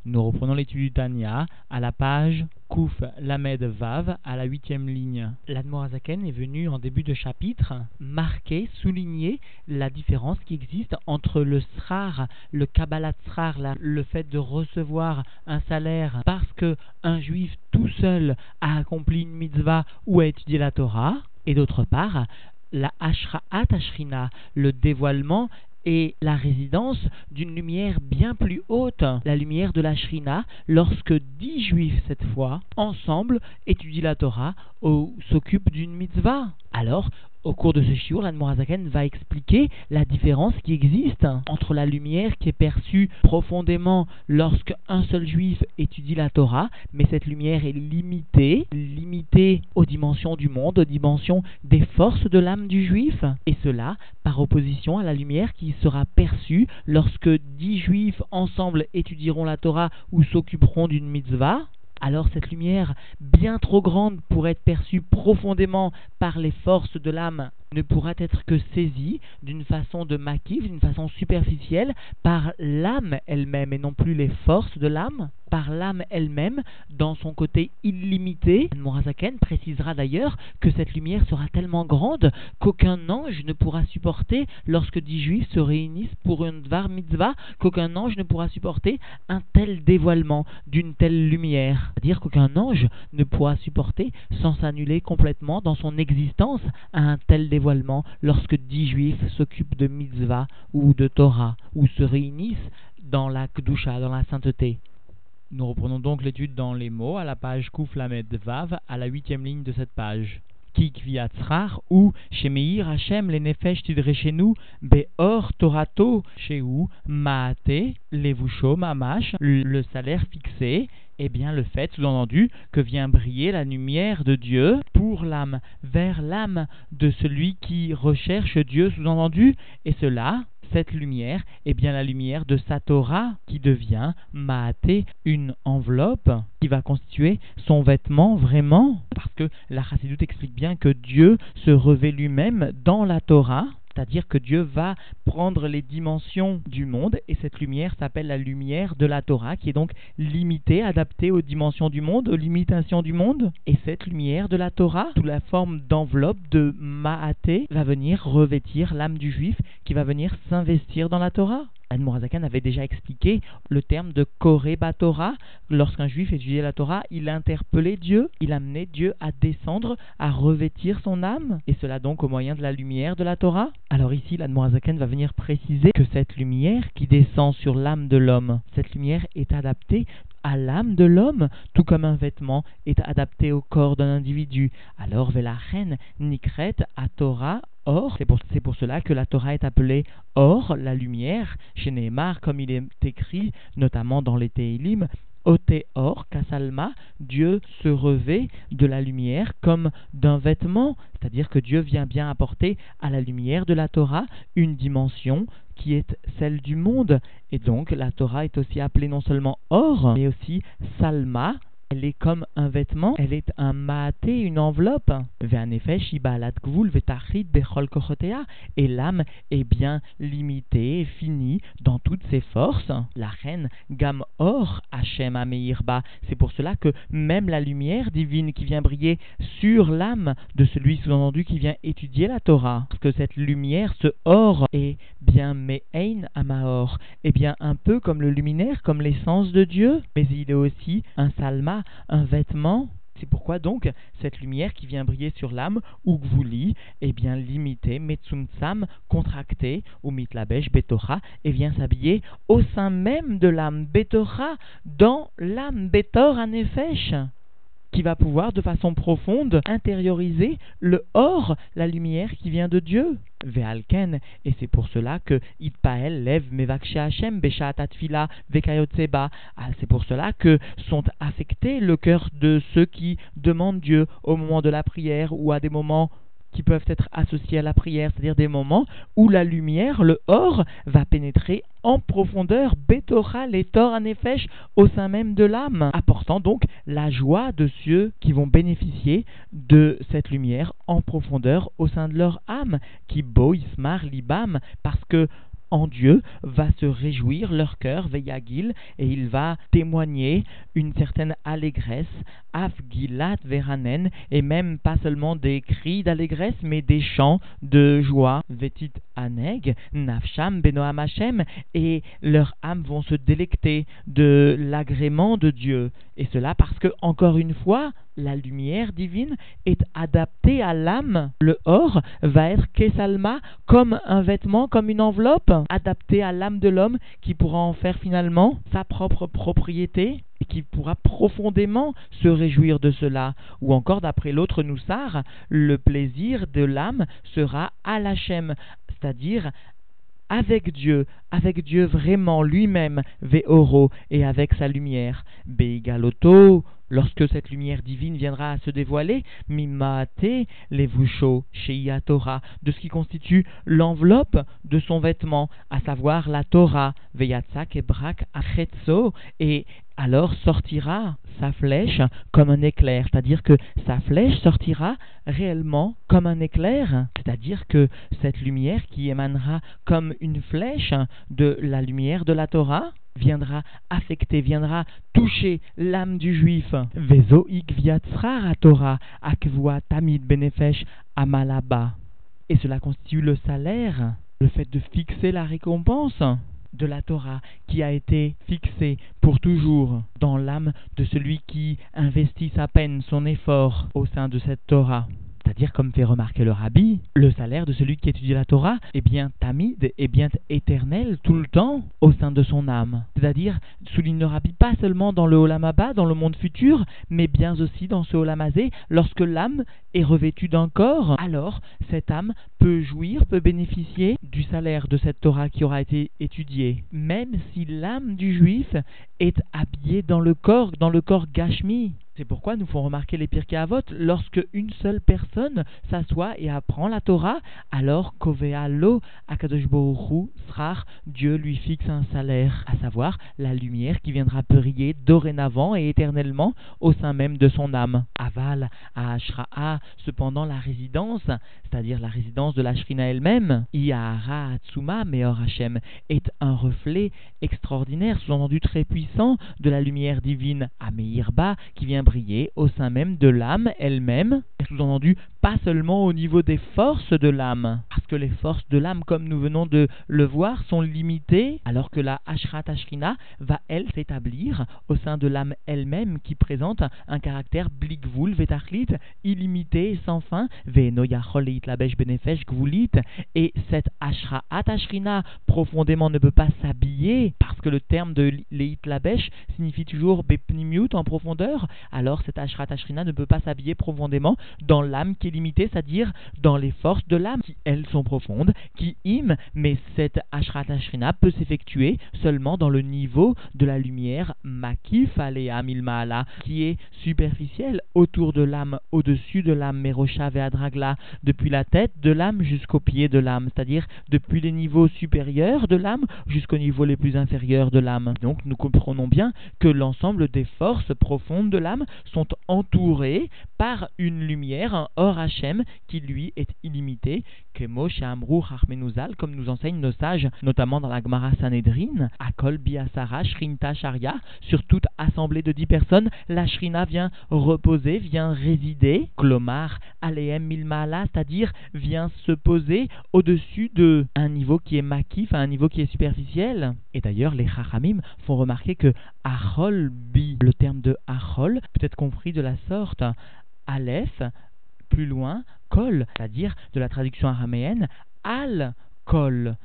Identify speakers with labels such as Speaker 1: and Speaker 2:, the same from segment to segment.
Speaker 1: Nous reprenons l'étude du Tanya à la page Kouf Lamed Vav à la 8e ligne. L'Admorazaken est venu en début de chapitre marquer, souligner la différence qui existe entre le srar, le Kabbalat srar, le fait de recevoir un salaire parce que un juif tout seul a accompli une mitzvah ou a étudié la Torah, et d'autre part la Ashra'at Ashrina, le dévoilement et la résidence d'une lumière bien plus haute, la lumière de la Shrina, lorsque 10 juifs cette fois, ensemble, étudient la Torah ou s'occupent d'une mitzvah. Alors, au cours de ce shiur, l'Admorazaken va expliquer la différence qui existe entre la lumière qui est perçue profondément lorsque un seul juif étudie la Torah, mais cette lumière est limitée aux dimensions du monde, aux dimensions des forces de l'âme du juif, et cela par opposition à la lumière qui sera perçue lorsque 10 juifs ensemble étudieront la Torah ou s'occuperont d'une mitzvah. Alors cette lumière, bien trop grande pour être perçue profondément par les forces de l'âme, ne pourra être que saisie d'une façon de makiv, d'une façon superficielle, par l'âme elle-même et non plus les forces de l'âme, par l'âme elle-même dans son côté illimité. Morazaken précisera d'ailleurs que cette lumière sera tellement grande qu'aucun ange ne pourra supporter, lorsque 10 juifs se réunissent pour une dvar mitzvah, qu'aucun ange ne pourra supporter un tel dévoilement d'une telle lumière. C'est-à-dire qu'aucun ange ne pourra supporter sans s'annuler complètement dans son existence à un tel dévoilement lorsque 10 juifs s'occupent de mitzvah ou de Torah ou se réunissent dans la Kedusha, dans la sainteté. Nous reprenons donc l'étude dans les mots à la page Kouf Lamed Vav à la 8e ligne de cette page. Ki kviat srar ou shemeir Hashem le nefesh tidreshenu beor torato sheu maate levusho mamash, le salaire fixé, et bien le fait, sous-entendu, que vient briller la lumière de Dieu pour l'âme, vers l'âme de celui qui recherche Dieu, sous-entendu, et cela, cette lumière, est bien la lumière de sa Torah qui devient Maaté, une enveloppe qui va constituer son vêtement vraiment, parce que la Chassidut explique bien que Dieu se revêt lui-même dans la Torah. C'est-à-dire que Dieu va prendre les dimensions du monde, et cette lumière s'appelle la lumière de la Torah, qui est donc limitée, adaptée aux dimensions du monde, aux limitations du monde. Et cette lumière de la Torah, sous la forme d'enveloppe, de Ma'até, va venir revêtir l'âme du juif, qui va venir s'investir dans la Torah. Admorazaken avait déjà expliqué le terme de Koré Batorah. Lorsqu'un juif étudiait la Torah, il interpellait Dieu, il amenait Dieu à descendre, à revêtir son âme, et cela donc au moyen de la lumière de la Torah. Alors ici, l'Admorazaken va venir préciser que cette lumière qui descend sur l'âme de l'homme, cette lumière est adaptée à l'âme de l'homme, tout comme un vêtement est adapté au corps d'un individu. Alors, Velachen Nikret à Torah Or, c'est pour cela que la Torah est appelée Or, la lumière, chez Nehemar, comme il est écrit, notamment dans les Tehilim, Oteor, Kasalma, Dieu se revêt de la lumière comme d'un vêtement, c'est-à-dire que Dieu vient bien apporter à la lumière de la Torah une dimension qui est celle du monde. Et donc la Torah est aussi appelée non seulement Or, mais aussi Salma. Elle est comme un vêtement, elle est un maaté, une enveloppe. Et l'âme est bien limitée, finie dans toutes ses forces. La reine Gam Or Hashem Ameirba. C'est pour cela que même la lumière divine qui vient briller sur l'âme de celui sous-entendu qui vient étudier la Torah, parce que cette lumière, ce Or, est bien Me'ein Amaor, est bien un peu comme le luminaire, comme l'essence de Dieu, mais il est aussi un salma, un vêtement. C'est pourquoi donc cette lumière qui vient briller sur l'âme, ou gvuli, est bien limitée, metzumtsam, contractée, ou mitlabesh betorah, et vient s'habiller au sein même de l'âme betorah, dans l'âme betor anefesh, qui va pouvoir de façon profonde intérioriser le or, la lumière qui vient de Dieu. Ve'alken, et c'est pour cela que Itpael lève Mevakshe Hashem Beshat Atfila Vekayotseba. C'est pour cela que sont affectés le cœur de ceux qui demandent Dieu au moment de la prière ou à des moments qui peuvent être associés à la prière, c'est-à-dire des moments où la lumière, le or, va pénétrer en profondeur, Betorah, les Tor Anefesh, au sein même de l'âme, apportant donc la joie de ceux qui vont bénéficier de cette lumière en profondeur au sein de leur âme, qui bo ismar libam, parce que en Dieu va se réjouir, leur cœur, Veyagil, et il va témoigner une certaine allégresse, Afgilat Veranen, et même pas seulement des cris d'allégresse, mais des chants de joie, Vetit Aneg, Nafsham Benoam Hashem, et leurs âmes vont se délecter de l'agrément de Dieu. Et cela parce que, encore une fois, la lumière divine est adaptée à l'âme. Le or va être Kesalma, comme un vêtement, comme une enveloppe, adaptée à l'âme de l'homme qui pourra en faire finalement sa propre propriété et qui pourra profondément se réjouir de cela. Ou encore, d'après l'autre Noussar, le plaisir de l'âme sera à l'Hachem, c'est-à-dire avec Dieu vraiment lui-même, Ve'oro, et avec sa lumière, Beigaloto, lorsque cette lumière divine viendra à se dévoiler, Mimate Levusho Sheia Torah, de ce qui constitue l'enveloppe de son vêtement, à savoir la Torah, Veyatzak Ebrak Achetzo, et alors sortira sa flèche comme un éclair, c'est-à-dire que sa flèche sortira réellement comme un éclair, c'est-à-dire que cette lumière qui émanera comme une flèche de la lumière de la Torah viendra affecter, viendra toucher l'âme du juif. Vezoik viatzrar Torah akvua tamid benefesh amalaba. Et cela constitue le salaire, le fait de fixer la récompense de la Torah qui a été fixée pour toujours dans l'âme de celui qui investit sa peine, son effort au sein de cette Torah. C'est-à-dire, comme fait remarquer le Rabbi, le salaire de celui qui étudie la Torah est bien tamid, est bien éternel tout le temps au sein de son âme. C'est-à-dire, souligne le Rabbi, pas seulement dans le Olam Haba, dans le monde futur, mais bien aussi dans ce Olam Hazé, lorsque l'âme est revêtue d'un corps, alors cette âme peut jouir, peut bénéficier du salaire de cette Torah qui aura été étudiée, même si l'âme du juif est habillée dans le corps Gashmi. C'est pourquoi nous font remarquer les Pirkei Avot, lorsque une seule personne s'assoit et apprend la Torah, alors Kovea Lo Akadosh Baruch Hu Srar, Dieu lui fixe un salaire, à savoir la lumière qui viendra briller dorénavant et éternellement au sein même de son âme. Aval à Ashra'a, cependant la résidence, c'est-à-dire la résidence de la Shrina elle-même, Iahara Atsuma Meor Hashem, est un reflet extraordinaire, sous-entendu très puissant, de la lumière divine Ameirba, qui vient briller au sein même de l'âme elle-même, sous-entendu pas seulement au niveau des forces de l'âme, parce que les forces de l'âme, comme nous venons de le voir, sont limitées, alors que la Ashrat Ashrina va, elle, s'établir au sein de l'âme elle-même, qui présente un caractère blikvul vetachlit, illimité et sans fin, ve'eno yachol leitlabesh benefesh gvulit, et cette Ashrat Ashrina profondément ne peut pas s'habiller, parce que le terme de leitlabesh signifie toujours bepnimiut, en profondeur, alors cette Ashrat Ashrina ne peut pas s'habiller profondément dans l'âme qui est limitée, c'est-à-dire dans les forces de l'âme qui, elles, sont profondes, qui himent, mais cette Ashrat Ashrina peut s'effectuer seulement dans le niveau de la lumière Makif Alea Milmaala, qui est superficielle autour de l'âme, au-dessus de l'âme Merosha Ve'adragla, depuis la tête de l'âme jusqu'aux pieds de l'âme, c'est-à-dire depuis les niveaux supérieurs de l'âme jusqu'aux niveaux les plus inférieurs de l'âme. Donc nous comprenons bien que l'ensemble des forces profondes de l'âme sont entourées par une lumière, un Or Hashem, qui lui est illimité, Kemo She'amru Chachmenuzal, comme nous enseignent nos sages, notamment dans la Gemara Sanhedrin, Akol Biasara Shrinta Sharia, sur toute assemblée de 10 personnes, la Shrina vient reposer, vient résider, Klomar Aleem Milmaala, c'est-à-dire vient se poser au-dessus de un niveau qui est makif, un niveau qui est superficiel. Et d'ailleurs, les Chachamim font remarquer que Achol Bi, le terme de Achol, peut être compris de la sorte, Aleph, plus loin, Kol, c'est-à-dire de la traduction araméenne, Al Kol,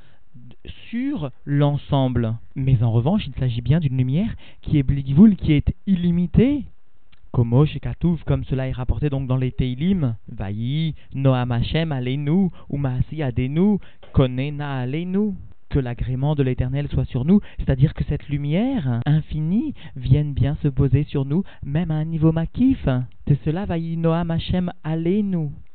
Speaker 1: sur l'ensemble. Mais en revanche, il s'agit bien d'une lumière qui est blikvul, qui est illimitée. Komo Shekatouv, comme cela est rapporté donc dans les Teilim, Vayi, Noam Hashem Aleinu, Umasi Adenu, Konena Aleinu. Que l'agrément de l'Éternel soit sur nous, c'est-à-dire que cette lumière infinie vienne bien se poser sur nous, même à un niveau makif. C'est cela, Vayi Noam Hashem Aleinu.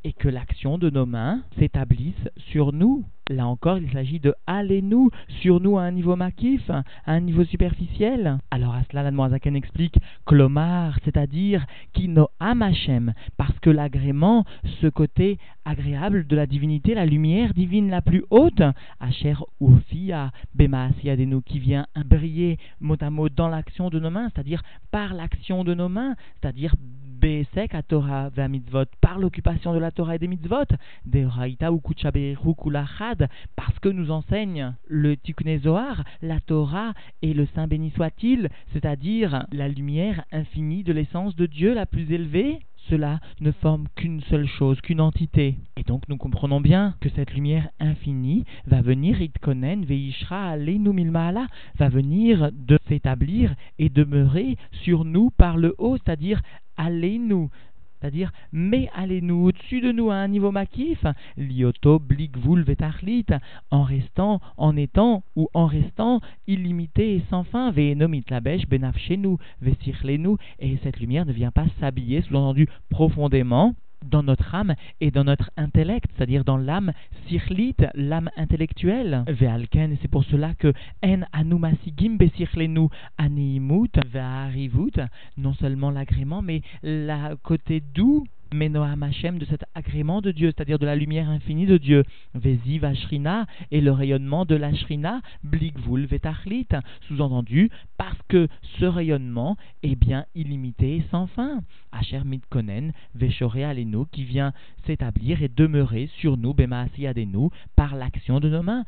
Speaker 1: et que l'action de nos mains s'établisse sur nous. Là encore, il s'agit de allez-nous sur nous à un niveau makif, à un niveau superficiel. Alors à cela, l'Admor Zaken explique Klomar, c'est-à-dire Kino Hashem, parce que l'agrément, ce côté agréable de la divinité, la lumière divine la plus haute, Asher Ufia Bemaasia Denu, qui vient briller mot à mot dans l'action de nos mains, c'est-à-dire par l'action de nos mains, c'est-à-dire Besek à Torah ve mitzvot, par l'occupation de la Torah et des mitzvot, de Raïta ou Kuchaberu Kulachad, parce que nous enseigne le Tikkuné Zohar, la Torah et le Saint béni soit-il, c'est-à-dire la lumière infinie de l'essence de Dieu la plus élevée. Cela ne forme qu'une seule chose, qu'une entité. Et donc nous comprenons bien que cette lumière infinie va venir, Itkonen Veishra Aleinu Milmaala, va venir de s'établir et demeurer sur nous par le haut, c'est-à-dire Aleinu, c'est-à-dire mais allez-nous au-dessus de nous à un niveau makif, lioto blikvul vetachlit, en restant, en étant ou en restant illimité et sans fin, ve'enomit labesh benafshenu vesirlenu, et cette lumière ne vient pas s'habiller, sous-entendu profondément, dans notre âme et dans notre intellect, c'est-à-dire dans l'âme sirlite, l'âme intellectuelle. Ve'alken, et c'est pour cela que en anumasigim besirlenu animut ve'arivut, non seulement l'agrément, mais le côté doux, Menoam Hashem, de cet agrément de Dieu, c'est-à-dire de la lumière infinie de Dieu, Veziv Ashrina, et le rayonnement de la Shrina, Blikvul Vetachlit, sous-entendu, parce que ce rayonnement est bien illimité et sans fin. Asher Mitkonen, Veshore Alenu, qui vient s'établir et demeurer sur nous, Bemaasi Adenu, par l'action de nos mains,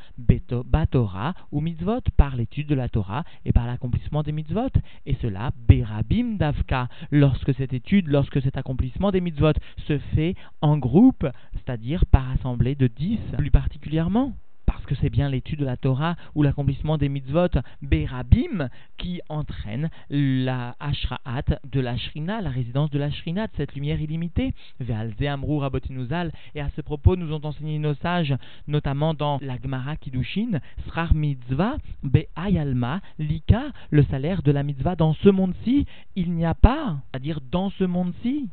Speaker 1: Batora ou Mitzvot, par l'étude de la Torah et par l'accomplissement des Mitzvot, et cela, Berabim Davka, lorsque cette étude, lorsque cet accomplissement des Mitzvot se fait en groupe, c'est-à-dire par assemblée de 10 plus particulièrement. Parce que c'est bien l'étude de la Torah ou l'accomplissement des mitzvot Berabim qui entraîne la Ashra'at de la Shrina, la résidence de la Shrina, de cette lumière illimitée. Ve'alze Amrou Rabotinuzal, et à ce propos nous ont enseigné nos sages, notamment dans la Gemara Kiddushin, Srar Mitzvah Be'ayalma Lika, le salaire de la mitzvah dans ce monde-ci, il n'y a pas, c'est-à-dire dans ce monde-ci,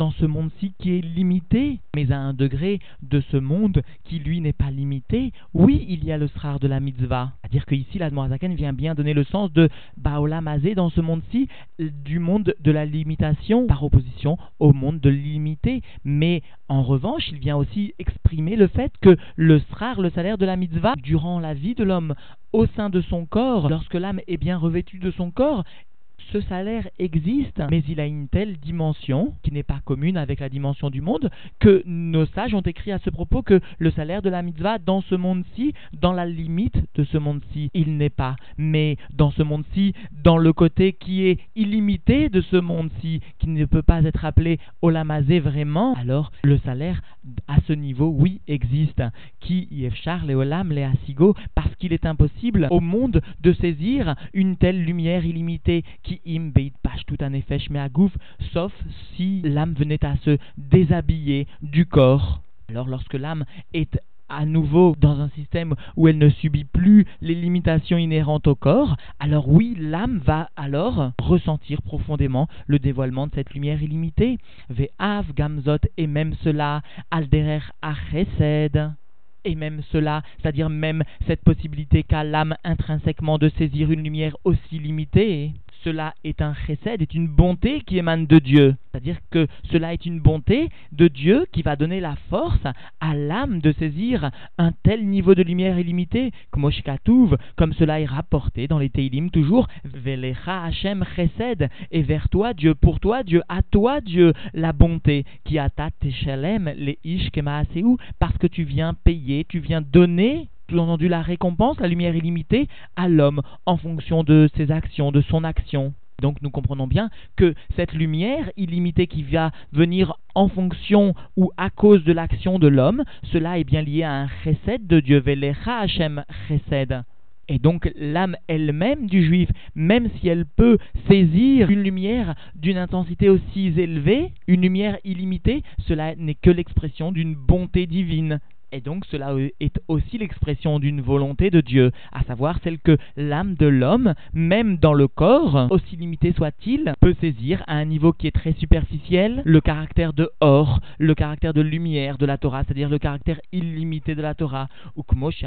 Speaker 1: qui est limité, mais à un degré de ce monde qui lui n'est pas limité. Oui, il y a le srar de la mitzvah. C'est-à-dire que ici, l'Admor Zaken vient bien donner le sens de Baolam Hazé dans ce monde-ci, du monde de la limitation, par opposition au monde de l'illimité. Mais en revanche, il vient aussi exprimer le fait que le srar, le salaire de la mitzvah, durant la vie de l'homme, au sein de son corps, lorsque l'âme est bien revêtue de son corps, ce salaire existe, mais il a une telle dimension qui n'est pas commune avec la dimension du monde, que nos sages ont écrit à ce propos que le salaire de la mitzvah dans ce monde-ci, dans la limite de ce monde-ci, il n'est pas. Mais dans ce monde-ci, dans le côté qui est illimité de ce monde-ci, qui ne peut pas être appelé Olam Hazé vraiment, alors le salaire à ce niveau, oui, existe. Qui yefchar leolam leasigo, parce qu'il est impossible au monde de saisir une telle lumière illimitée qui im beit pash tout un effet shmeagouf, sauf si l'âme venait à se déshabiller du corps. Alors lorsque l'âme est à nouveau dans un système où elle ne subit plus les limitations inhérentes au corps, alors oui, l'âme va alors ressentir profondément le dévoilement de cette lumière illimitée. Ve'av gamzot, et même cela, alderer achesed. Et même cela, c'est-à-dire même cette possibilité qu'a l'âme intrinsèquement de saisir une lumière aussi limitée, cela est un chesed, est une bonté qui émane de Dieu. C'est-à-dire que cela est une bonté de Dieu qui va donner la force à l'âme de saisir un tel niveau de lumière illimitée, comme cela est rapporté dans les Teilim toujours, Velecha Hashem chesed, et vers toi Dieu, pour toi Dieu, à toi Dieu, la bonté, qui atat teshalem les ish kemaaseu, parce que tu viens payer, tu viens donner, sous-entendu la récompense, la lumière illimitée, à l'homme en fonction de ses actions, de son action. Donc nous comprenons bien que cette lumière illimitée qui va venir en fonction ou à cause de l'action de l'homme, cela est bien lié à un chesed de Dieu, Velecha Hashem chesed. Et donc l'âme elle-même du juif, même si elle peut saisir une lumière d'une intensité aussi élevée, une lumière illimitée, cela n'est que l'expression d'une bonté divine. Et donc cela est aussi l'expression d'une volonté de Dieu, à savoir celle que l'âme de l'homme, même dans le corps, aussi limité soit-il, peut saisir à un niveau qui est très superficiel le caractère de or, le caractère de lumière de la Torah, c'est-à-dire le caractère illimité de la Torah. Ou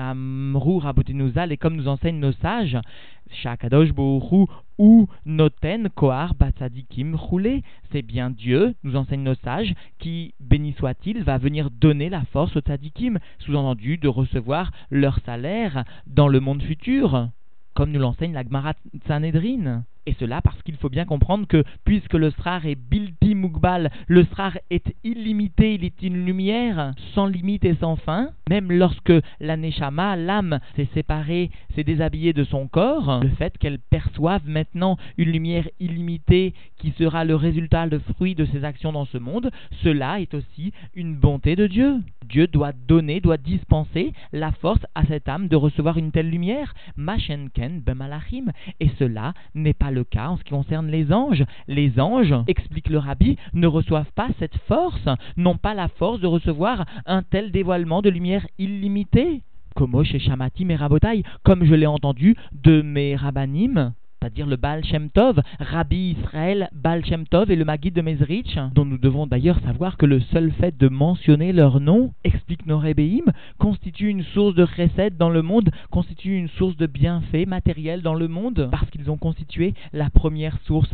Speaker 1: et comme nous enseignent nos sages, Shakadosh Bohu ou Noten Kohar Batzadikim Roulé, c'est bien Dieu, nous enseignent nos sages, qui, béni soit-il, va venir donner la force aux tzadikim, sous-entendu de recevoir leur salaire dans le monde futur, comme nous l'enseigne la Gemara Sanhedrin. Et cela parce qu'il faut bien comprendre que, puisque le srar est bilti mugbal, le srar est illimité, il est une lumière sans limite et sans fin, même lorsque la neshama, l'âme, s'est séparée, s'est déshabillée de son corps, le fait qu'elle perçoive maintenant une lumière illimitée qui sera le résultat, le fruit de ses actions dans ce monde, cela est aussi une bonté de Dieu. Dieu doit donner, doit dispenser la force à cette âme de recevoir une telle lumière, Mashenken bemalachim, et cela n'est pas le cas en ce qui concerne les anges. Les anges, explique le rabbi, ne reçoivent pas cette force, n'ont pas la force de recevoir un tel dévoilement de lumière illimitée. Como chez Shamati Merabotai, comme je l'ai entendu de mes rabbanim, c'est-à-dire le Baal Shem Tov, Rabbi Israël, Baal Shem Tov et le Maggid de Mezrich, dont nous devons d'ailleurs savoir que le seul fait de mentionner leur nom, explique nos Rebbeim, constitue une source de chesed dans le monde, constitue une source de bienfait matériel dans le monde, parce qu'ils ont constitué la première source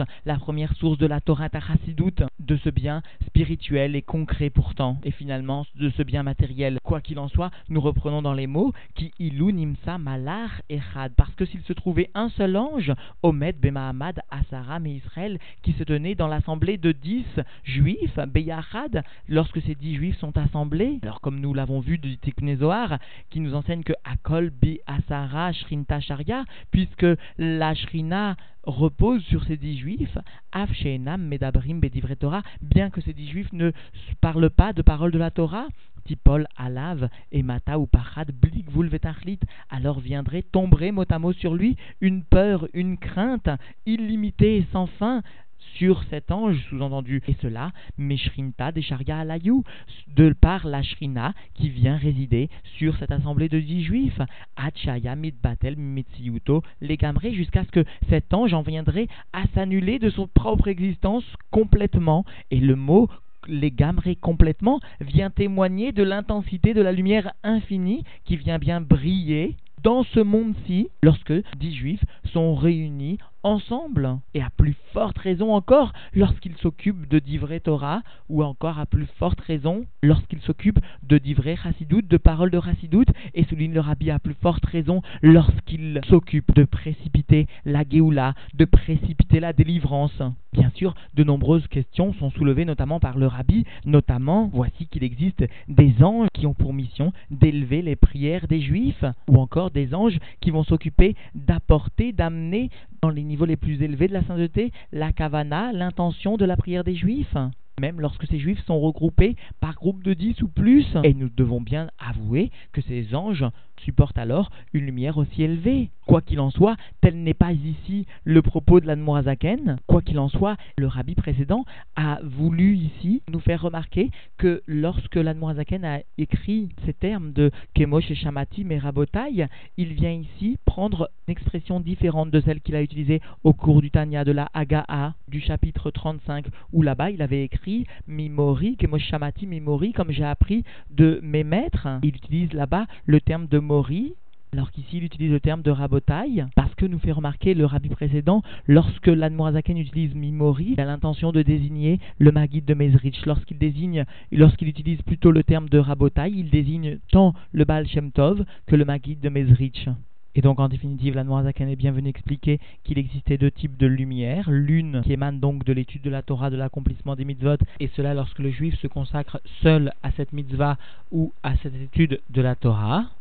Speaker 1: de la Torah Chassidut, de ce bien spirituel et concret pourtant, et finalement de ce bien matériel. Quoi qu'il en soit, nous reprenons dans les mots, qui ilu nimsa malar echad, parce que s'il se trouvait un seul ange, Omed Bemahamad Asaram et Israël, qui se tenait dans l'assemblée de 10 juifs, Beyachad, lorsque ces 10 juifs sont assemblés. Alors comme nous l'avons vu du Tikkuné Zohar, qui nous enseigne que Akol Bi Asara Shrinta Sharia, puisque la Shrina repose sur ces 10 juifs, Av Sheinam Medabrim Bedivre Torah, bien que ces 10 juifs ne parlent pas de paroles de la Torah, Tipol Alav et Mata ou Pachad Blik Vulvetachlit, alors viendrait, tomberait mot à mot sur lui une peur, une crainte illimitée et sans fin sur cet ange, sous-entendu. Et cela, Meshrinta des Sharia Alayou, de par la Shrina qui vient résider sur cette assemblée de 10 juifs, Achaya Mitbatel Mitsiuto Legamre, jusqu'à ce que cet ange en viendrait à s'annuler de son propre existence complètement. Et le mot les gamrés complètement vient témoigner de l'intensité de la lumière infinie qui vient bien briller dans ce monde-ci lorsque 10 juifs sont réunis ensemble, et à plus forte raison encore lorsqu'ils s'occupent de divrei Torah, ou encore à plus forte raison lorsqu'ils s'occupent de divrei Chassidut, de paroles de Chassidut, et souligne le rabbi à plus forte raison lorsqu'ils s'occupent de précipiter la Géoula, de précipiter la délivrance. Bien sûr, de nombreuses questions sont soulevées notamment par le rabbi, notamment, voici qu'il existe des anges qui ont pour mission d'élever les prières des juifs, ou encore des anges qui vont s'occuper d'apporter, d'amener dans les niveaux les plus élevés de la sainteté la kavana, l'intention de la prière des juifs, même lorsque ces juifs sont regroupés par groupe de 10 ou plus. Et nous devons bien avouer que ces anges supportent alors une lumière aussi élevée. Quoi qu'il en soit, tel n'est pas ici le propos de l'Admorazaken. Quoi qu'il en soit, le rabbi précédent a voulu ici nous faire remarquer que lorsque l'Admorazaken a écrit ces termes de Kemosh et Shamati Merabotai, il vient ici prendre une expression différente de celle qu'il a utilisée au cours du Tanya de la Hagaha du chapitre 35, où là-bas il avait écrit Mimori, Kemosh Shamati Mimori, comme j'ai appris de mes maîtres. Il utilise là-bas le terme de Mori, alors qu'ici il utilise le terme de Rabotai, parce que nous fait remarquer le rabbi précédent, lorsque l'Admorazaken utilise Mimori, il a l'intention de désigner le Maggid de Mezrich. Lorsqu'il utilise plutôt le terme de Rabotai, il désigne tant le Baal Shem Tov que le Maggid de Mezrich. Et donc en définitive, l'Admorazaken est bien venu expliquer qu'il existait 2 types de lumière, l'une qui émane donc de l'étude de la Torah, de l'accomplissement des mitzvot, et cela lorsque le juif se consacre seul à cette mitzvah ou à cette étude de la Torah,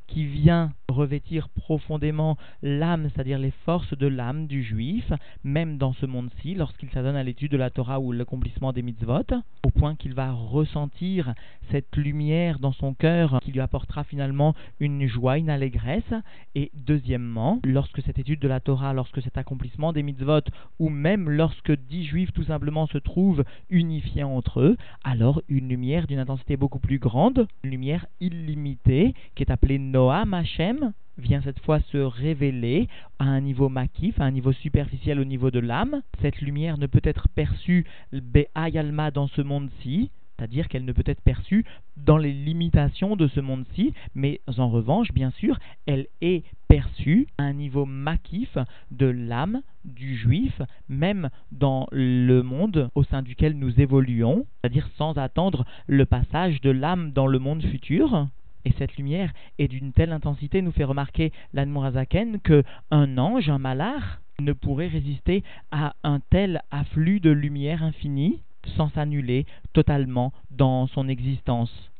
Speaker 1: qui vient revêtir profondément l'âme, c'est-à-dire les forces de l'âme du juif, même dans ce monde-ci, lorsqu'il s'adonne à l'étude de la Torah ou l'accomplissement des mitzvot, au point qu'il va ressentir cette lumière dans son cœur qui lui apportera finalement une joie, une allégresse. Et deuxièmement, lorsque cette étude de la Torah, lorsque cet accomplissement des mitzvot, ou même lorsque 10 juifs tout simplement se trouvent unifiés entre eux, alors une lumière d'une intensité beaucoup plus grande, une lumière illimitée, qui est appelée Noam Hashem, vient cette fois se révéler à un niveau makif, à un niveau superficiel au niveau de l'âme. Cette lumière ne peut être perçue be'ayalma dans ce monde-ci, c'est-à-dire qu'elle ne peut être perçue dans les limitations de ce monde-ci, mais en revanche, bien sûr, elle est perçue à un niveau makif de l'âme du juif, même dans le monde au sein duquel nous évoluons, c'est-à-dire sans attendre le passage de l'âme dans le monde futur. Et cette lumière est d'une telle intensité, nous fait remarquer l'Admor HaZaken, qu'un ange, un malach, ne pourrait résister à un tel afflux de lumière infinie sans s'annuler totalement dans son existence.